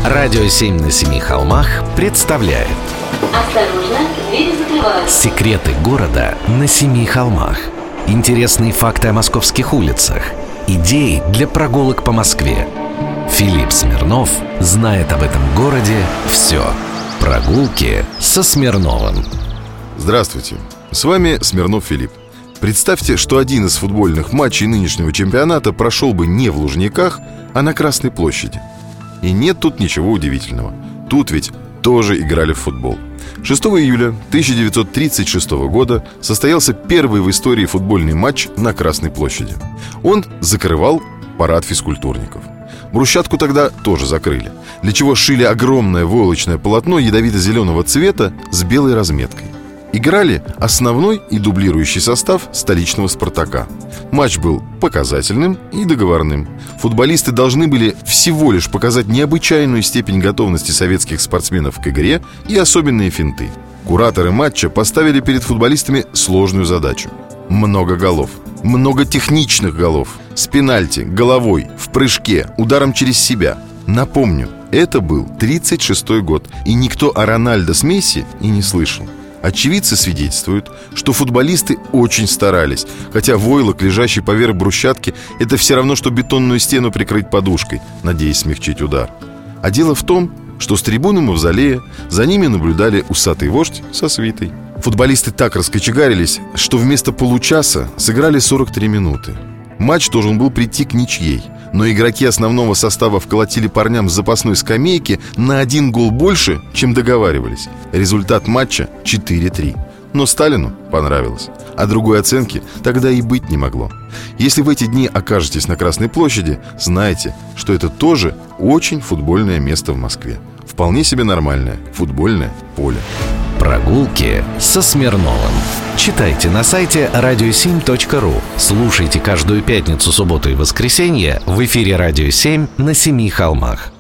Радио 7 на семи холмах представляет Осторожно, двери закрываются. Секреты города на семи холмах. Интересные факты о московских улицах. Идеи для прогулок по Москве. Филипп Смирнов знает об этом городе все. Прогулки со Смирновым. Здравствуйте, с вами Смирнов Филипп. Представьте, что один из футбольных матчей нынешнего чемпионата прошел бы не в Лужниках, а на Красной площади. И нет тут ничего удивительного. Тут ведь тоже играли в футбол. 6 июля 1936 года состоялся первый в истории футбольный матч на Красной площади. Он закрывал парад физкультурников. Брусчатку тогда тоже закрыли, для чего шили огромное войлочное полотно ядовито-зеленого цвета с белой разметкой. Играли основной и дублирующий состав столичного «Спартака». Матч был показательным и договорным. Футболисты должны были всего лишь показать необычайную степень готовности советских спортсменов к игре и особенные финты. Кураторы матча поставили перед футболистами сложную задачу. Много голов, много техничных голов. С пенальти, головой, в прыжке, ударом через себя. Напомню, это был 1936 год, и никто о Рональдо с Месси и не слышал. Очевидцы свидетельствуют, что футболисты очень старались, хотя войлок, лежащий поверх брусчатки, это все равно, что бетонную стену прикрыть подушкой, надеясь смягчить удар. А дело в том, что с трибуны мавзолея за ними наблюдали усатый вождь со свитой. Футболисты так раскочегарились, что вместо получаса сыграли 43 минуты. Матч должен был прийти к ничьей, но игроки основного состава вколотили парням с запасной скамейки на 1 гол больше, чем договаривались. Результат матча 4-3. Но Сталину понравилось, а другой оценки тогда и быть не могло. Если в эти дни окажетесь на Красной площади, знайте, что это тоже очень футбольное место в Москве. Вполне себе нормальное футбольное поле. Прогулки со Смирновым. Читайте на сайте radio7.ru. Слушайте каждую пятницу, субботу и воскресенье в эфире «Радио 7» на семи холмах.